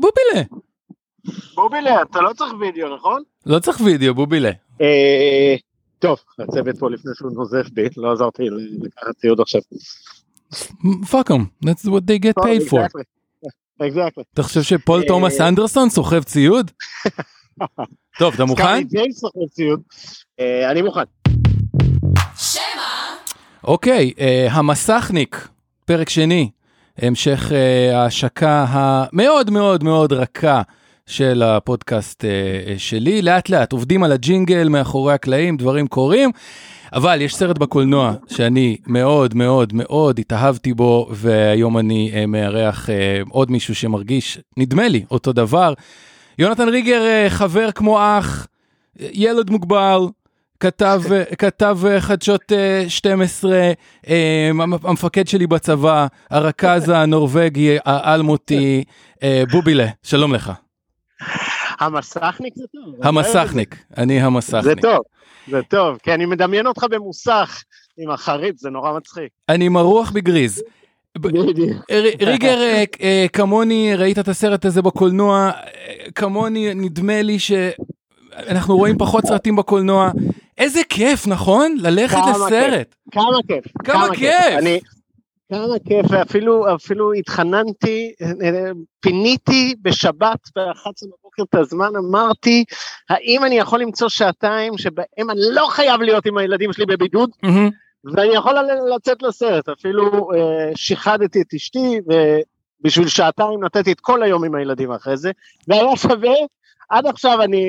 בובילה. בובילה, אתה לא צריך וידאו, נכון? לא צריך וידאו, בובילה. טוב, הצוות פה לפני שהוא נוזף בי, לא עזרתי לקחת ציוד עכשיו. Fuck them, that's what they get paid for. Exactly. אתה חושב שפול תומאס אנדרסון סוחב ציוד? טוב, אתה מוכן? סקארי ג'יימס סוחב ציוד. אני מוכן. אוקיי, המסכניק, פרק שני, המשך ההשקה המאוד מאוד מאוד רכה של הפודקאסט שלי, לאט לאט עובדים על הג'ינגל מאחורי הקלעים, דברים קורים, אבל יש סרט בקולנוע שאני מאוד מאוד מאוד התאהבתי בו, והיום אני מארח עוד מישהו שמרגיש, נדמה לי, אותו דבר. יונתן ריגר, חבר כמו אח, ילד מוגבל, כתב חדשות 12, המפקד שלי בצבא, הרכז הנורווגי האלמותי, בובילה, שלום לך. המסכניק זה טוב. המסכניק, אני המסכניק. זה טוב, זה טוב, כי אני מדמיין אותך במוסך עם החריץ, זה נורא מצחיק. אני מרוח בגריז. ריגר, כמוני, ראית את הסרט הזה בקולנוע, כמוני נדמה לי שאנחנו רואים פחות סרטים בקולנוע, איזה כיף, נכון? ללכת לסרט. כמה כיף. כמה כיף. כמה כיף, ואפילו התחננתי, פיניתי בשבת ב-11 בבוקר את הזמן, אמרתי, האם אני יכול למצוא שעתיים שבהם אני לא חייב להיות עם הילדים שלי בבידוד, ואני יכול לצאת לסרט, אפילו שיחדתי את אשתי, ובשביל שעתיים נתתי את כל היום עם הילדים אחרי זה, והיה שווה, עד עכשיו אני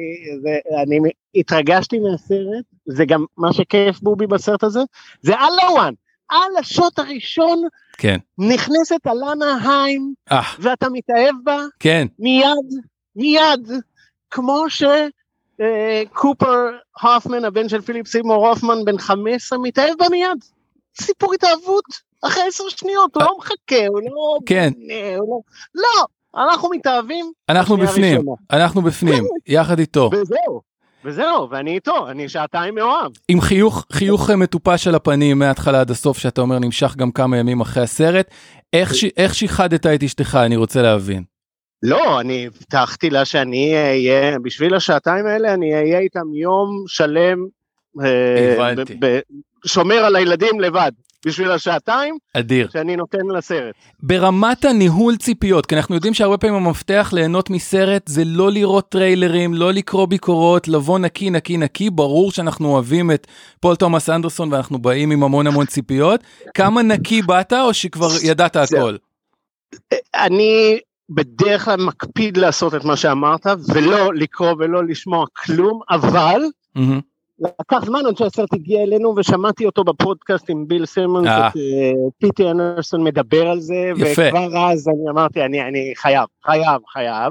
התרגשתי מהסרט, זה גם מה שכיף בובי בסרט הזה, זה אלוואן, על השוט הראשון, כן. נכנסת אלנה היים, ואתה מתאהב בה, כן. מיד, כמו שקופר הופמן, הבן של פיליפ סימור הופמן, בן 15, מתאהב בה מיד. סיפור התאהבות, אחרי 10 שניות, הוא לא מחכה, הוא לא... כן. לא, אנחנו מתאהבים. אנחנו בפנים, יחד איתו. וזהו, ואני איתו, אני שעתיים מאוהב. עם חיוך מטופש על הפנים מההתחלה עד הסוף, שאתה אומר נמשך גם כמה ימים אחרי הסרט, איך שיחדת את אשתך, אני רוצה להבין. לא, אני הבטחתי לה שאני אהיה, בשביל השעתיים האלה, אני אהיה איתם יום שלם, שומר על הילדים לבד. בשביל השעתיים, אדיר. שאני נותן לסרט. ברמת הניהול ציפיות, כי אנחנו יודעים שהרבה פעמים המפתח ליהנות מסרט, זה לא לראות טריילרים, לא לקרוא ביקורות, לבוא נקי, ברור שאנחנו אוהבים את פול תומאס אנדרסון, ואנחנו באים עם המון ציפיות, כמה נקי באת, או שכבר ידעת הכל? אני בדרך כלל מקפיד לעשות את מה שאמרת, ולא לקרוא ולא לשמוע כלום, אבל... לקח זמן עד שהסרט הגיע אלינו, ושמעתי אותו בפודקאסט עם ביל סימונס, את פיטי אנדרסון מדבר על זה, וכבר אז אני אמרתי, אני חייב,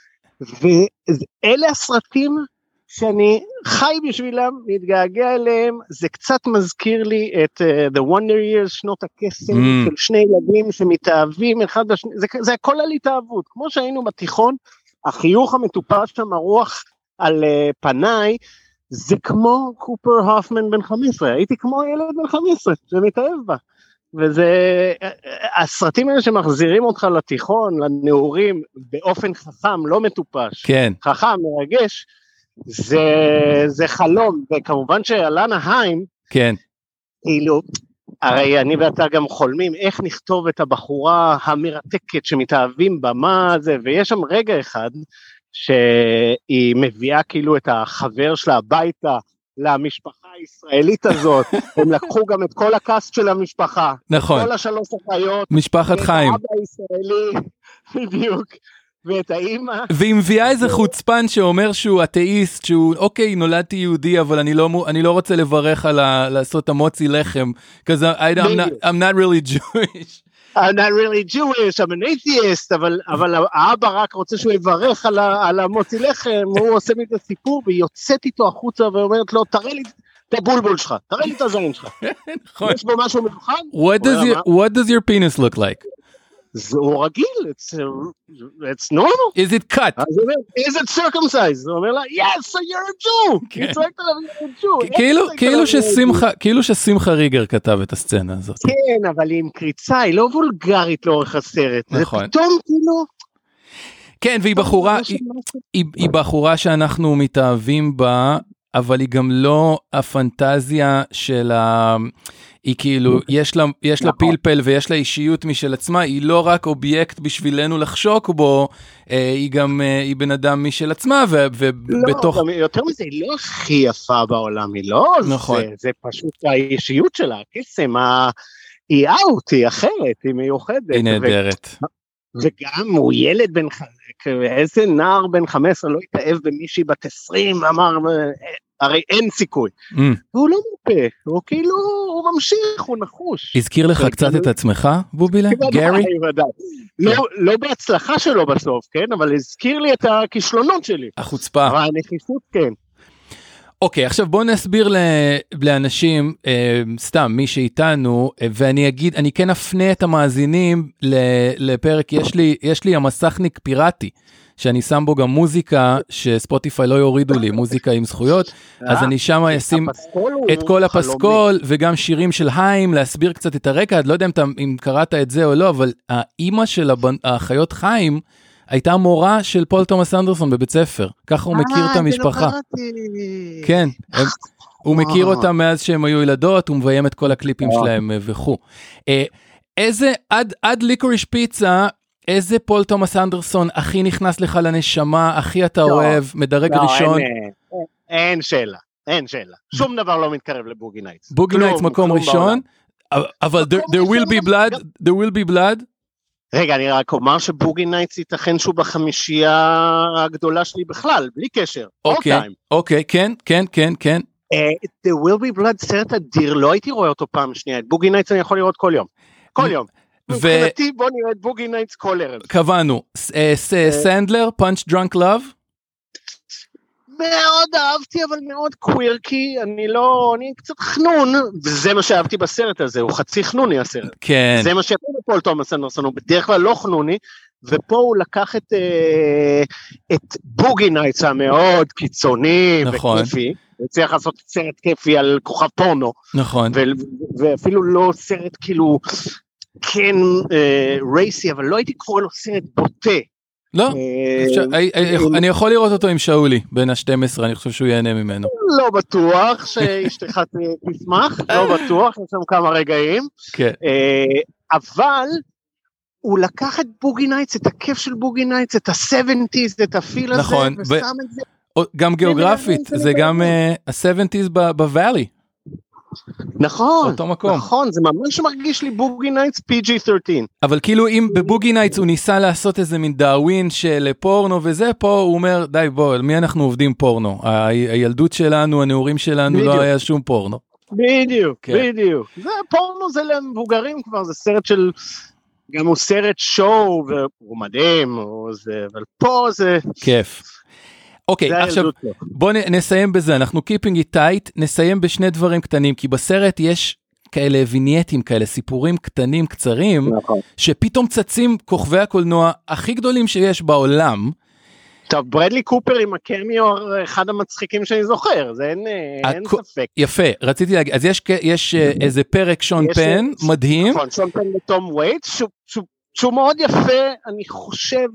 ואלה הסרטים שאני חי בשבילם, מתגעגע אליהם, זה קצת מזכיר לי את The Wonder Years, שנות הקסם, של שני ילדים שמתאהבים אחד בשני, זה הכל על התאהבות, כמו שהיינו בתיכון, החיוך המטופש שם, הרוח על פניי, זה כמו קופר הופמן בן 15, הייתי כמו ילד בן 15, שמתאהב בה, וזה, הסרטים האלה שמחזירים אותך לתיכון, לנעורים, באופן חכם, לא מטופש, כן. חכם, מרגש, זה חלום, וכמובן שאלנה היים, כן. כאילו, הרי אני ואתה גם חולמים, איך נכתוב את הבחורה המרתקת שמתאהבים בה, מה זה, ויש שם רגע אחד, שהיא מביאה כאילו את החבר שלה הביתה למשפחה הישראלית הזאת, הם לקחו גם את כל הקאסט של המשפחה, נכון, כל 3 אחיות, משפחת חיים, את האבא הישראלי, בדיוק, ואת האמא, והיא מביאה איזה חוצפן שאומר שהוא אתאיסט, שהוא אוקיי נולדתי יהודי, אבל אני לא רוצה לברך על לעשות המוצי לחם, because I'm not really Jewish, I'm not really Jewish, I'm an atheist, אבל האבא רק רוצה שהוא יברך על המוציא לחם, הוא עושה מזה סיפור, והיא יוצאת איתו החוצה ואומרת לו, תראה לי את הבולבול שלך, תראה לי את הזין שלך. יש בו משהו מיוחד? What does your penis look like? הוא רגיל, it's normal. Is it cut? Is it circumcised? הוא אומר לה, yes, so you're a Jew. היא צועקת עליו, you're a Jew. כאילו ששמחה ריגר כתב את הסצנה הזאת. כן, אבל היא עם קריצה, היא לא וולגרית לאורך הסרט. זה פתאום כאילו... כן, והיא בחורה, היא בחורה שאנחנו מתאהבים בה, אבל היא גם לא הפנטזיה של היא כאילו, יש לה פלפל ויש לה אישיות משל עצמה, היא לא רק אובייקט בשבילנו לחשוק בו, היא גם, היא בן אדם משל עצמה, ובתוך... לא, יותר מזה, היא לא הכי יפה בעולם, היא לא, נכון. זה פשוט האישיות שלה, הקסם, היא אאוט, היא אחרת, היא מיוחדת. היא נהדרת. וגם הוא ילד איזה נער בן 15 לא התאהב במישהי בת 20, אמר, הרי אין סיכוי. והוא לא מופה, הוא כאילו, הוא ממשיך, הוא נחוש. הזכיר לך קצת את עצמך, בובילה? גרי? לא בהצלחה שלו בסוף, כן? אבל הזכיר לי את הכישלונות שלי. החוצפה. אבל הנחישות, כן. אוקיי, עכשיו בואו נסביר לאנשים, סתם, מי שאיתנו, ואני אגיד, אני כן אפנה את המאזינים לפרק, יש לי המסכניק פיראטי, שאני שם בו גם מוזיקה, שספוטיפיי לא יורידו לי, מוזיקה עם זכויות, אז אני שם אשים את כל הפסקול, וגם שירים של חיים, להסביר קצת את הרקע, לא יודע אם קראת את זה או לא, אבל האימא של האחיות חיים, הייתה מורה של פול תומאס אנדרסון בבית ספר, ככה הוא מכיר את המשפחה. כן, הוא מכיר אותה מאז שהם היו ילדות, הוא מביים את כל הקליפים שלהם וכו'. עד ליקוריש פיצה, איזה פול תומאס אנדרסון הכי נכנס לך לנשמה, הכי אתה אוהב, מדרג ראשון? אין שאלה, אין שאלה. שום דבר לא מתקרב לבוגי נייטס. בוגי נייטס מקום ראשון, אבל there will be blood. רגע, אני רק אומר שבוגי נייטס ייתכן שהוא בחמישייה הגדולה שלי בכלל, בלי קשר. אוקיי, כן. The will be blood סרט אדיר, לא הייתי רואה אותו פעם שנייה, את בוגי נייטס אני יכול לראות כל יום. כל יום. מבחינתי בוא נראה את בוגי נייטס כל ערב. קבענו, סנדלר, פאנץ' דרנק לאב? מאוד אהבתי, אבל מאוד קווירקי, אני קצת חנון, וזה מה שאהבתי בסרט הזה, הוא חצי חנוני הסרט. כן. זה מה שאהבתי בפול תומאס אנדרסון, הוא בדרך כלל לא חנוני, ופה הוא לקח את בוגי נייטס המאוד קיצוני וכיפי, הצליח לעשות סרט כיפי על כוכב פורנו. נכון. ואפילו לא סרט כאילו, כן רייסי, אבל לא הייתי קורא לו סרט בוטה. לא, אני יכול לראות אותו עם שאולי, בין ה-12, אני חושב שהוא ייהנה ממנו. לא בטוח שאשתך תשמח, לא בטוח, יש שם כמה רגעים, אבל הוא לקח את בוגי נייטס, את הכיף של בוגי נייטס, את ה-70s, את הפיל הזה, ושם את זה. גם גיאוגרפית, זה גם ה-70s בוואלי. נכון, נכון, זה ממש מרגיש לי בוגי נייטס PG-13. אבל כאילו אם בבוגי נייטס הוא ניסה לעשות איזה מין דאווין של פורנו וזה, פה הוא אומר, די בוא, מי אנחנו עובדים פורנו? הילדות שלנו, הנעורים שלנו, לא היה שום פורנו. בדיוק. זה פורנו זה למבוגרים כבר, זה סרט של, גם הוא סרט שואו, והוא מדהים, אבל פה זה... כיף. אוקיי, עכשיו בוא נסיים בזה, אנחנו keeping it tight, נסיים בשני דברים קטנים, כי בסרט יש כאלה וינייטים, כאלה סיפורים קטנים, קצרים, שפתאום צצים כוכבי הקולנוע הכי גדולים שיש בעולם. טוב, ברדלי קופר עם הקמיו, אחד המצחיקים שאני זוכר, זה אין ספק. יפה, רציתי להגיד, אז יש איזה פרק שון פן, מדהים. נכון, שון פן וטום וייטס, שהוא מאוד יפה, אני חושב...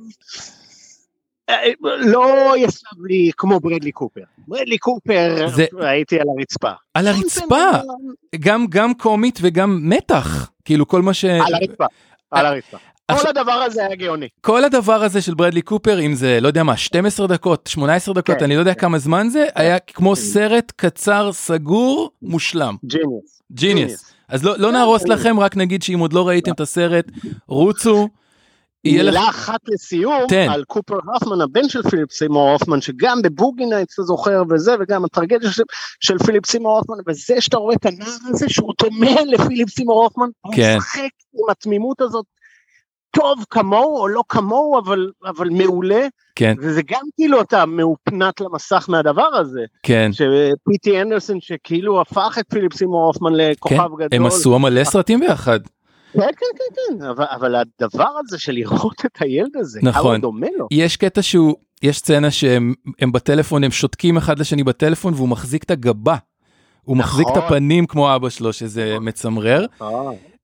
לא יסב לי כמו ברדלי קופר. ברדלי קופר הייתי על הרצפה. על הרצפה? גם קומית וגם מתח. כאילו כל מה ש... על הרצפה. כל הדבר הזה היה גאוני. כל הדבר הזה של ברדלי קופר, אם זה, לא יודע מה, 12 דקות, 18 דקות, אני לא יודע כמה זמן זה, היה כמו סרט קצר, סגור, מושלם. ג'יניוס. אז לא נהרוס לכם, רק נגיד שאם עוד לא ראיתם את הסרט, רוצו, מילה אחת לסיום על קופר הופמן, הבן של פיליפ סיימור הופמן, שגם בבוגי נייטס אתה זוכר וזה, וגם הטרגדיה של פיליפ סיימור הופמן, וזה שאתה רואה את הנער הזה, שהוא דומה לפיליפ סיימור הופמן, הוא משחק עם התמימות הזאת, טוב כמוהו או לא כמוהו, אבל מעולה, וזה גם כאילו אתה מאופנת למסך מהדבר הזה, שפיטי אנדרסון שכאילו הפך את פיליפ סיימור הופמן לכוכב גדול. הם עשו מלא סרטים ביחד. כן, אבל הדבר הזה של לראות את הילד הזה, נכון, דומה לו. יש קטע יש סצנה שהם בטלפון, הם שותקים אחד לשני בטלפון, והוא מחזיק את הגבה, הוא מחזיק את הפנים כמו אבא שלו, שזה מצמרר,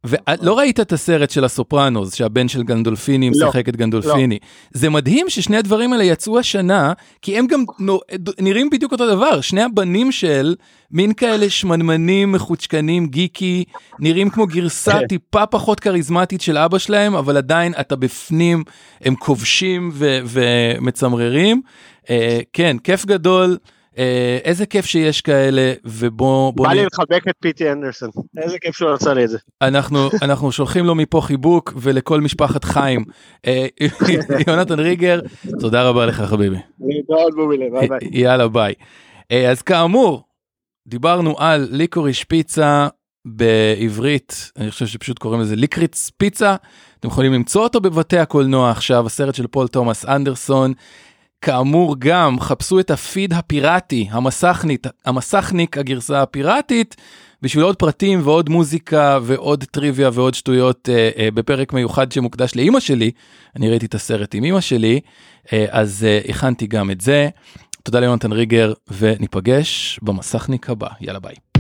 ולא ראית את הסרט של הסופרנוס, שהבן של גנדולפיני משחק את גנדולפיני. זה מדהים ששני הדברים האלה יצאו השנה, כי הם גם נראים בדיוק אותו דבר. שני הבנים של מין כאלה שמנמנים, מחוצ'קנים, גיקי, נראים כמו גרסה טיפה פחות קריזמטית של אבא שלהם, אבל עדיין אתה בפנים, הם כובשים ומצמררים. כן, כיף גדול. איזה כיף שיש כאלה, ובוא... בא לי לחבק את פיטי אנדרסון, איזה כיף שהוא רצה לי את זה. אנחנו שולחים לו מפה חיבוק, ולכל משפחת חיים. יונתן ריגר, תודה רבה לך חביבי. להתראות בובילה, ביי ביי. יאללה ביי. אז כאמור, דיברנו על ליקוריש פיצה בעברית, אני חושב שפשוט קוראים לזה ליקריץ פיצה, אתם יכולים למצוא אותו בבתי הקולנוע עכשיו, הסרט של פול תומאס אנדרסון, כאמור גם חפשו את הפיד הפיראטי, המסכניק הגרסה הפיראטית, בשביל עוד פרטים ועוד מוזיקה ועוד טריוויה ועוד שטויות בפרק מיוחד שמוקדש לאמא שלי, אני ראיתי את הסרט עם אמא שלי, אז הכנתי גם את זה, תודה ליונתן ריגר וניפגש במסכניק הבא, יאללה ביי.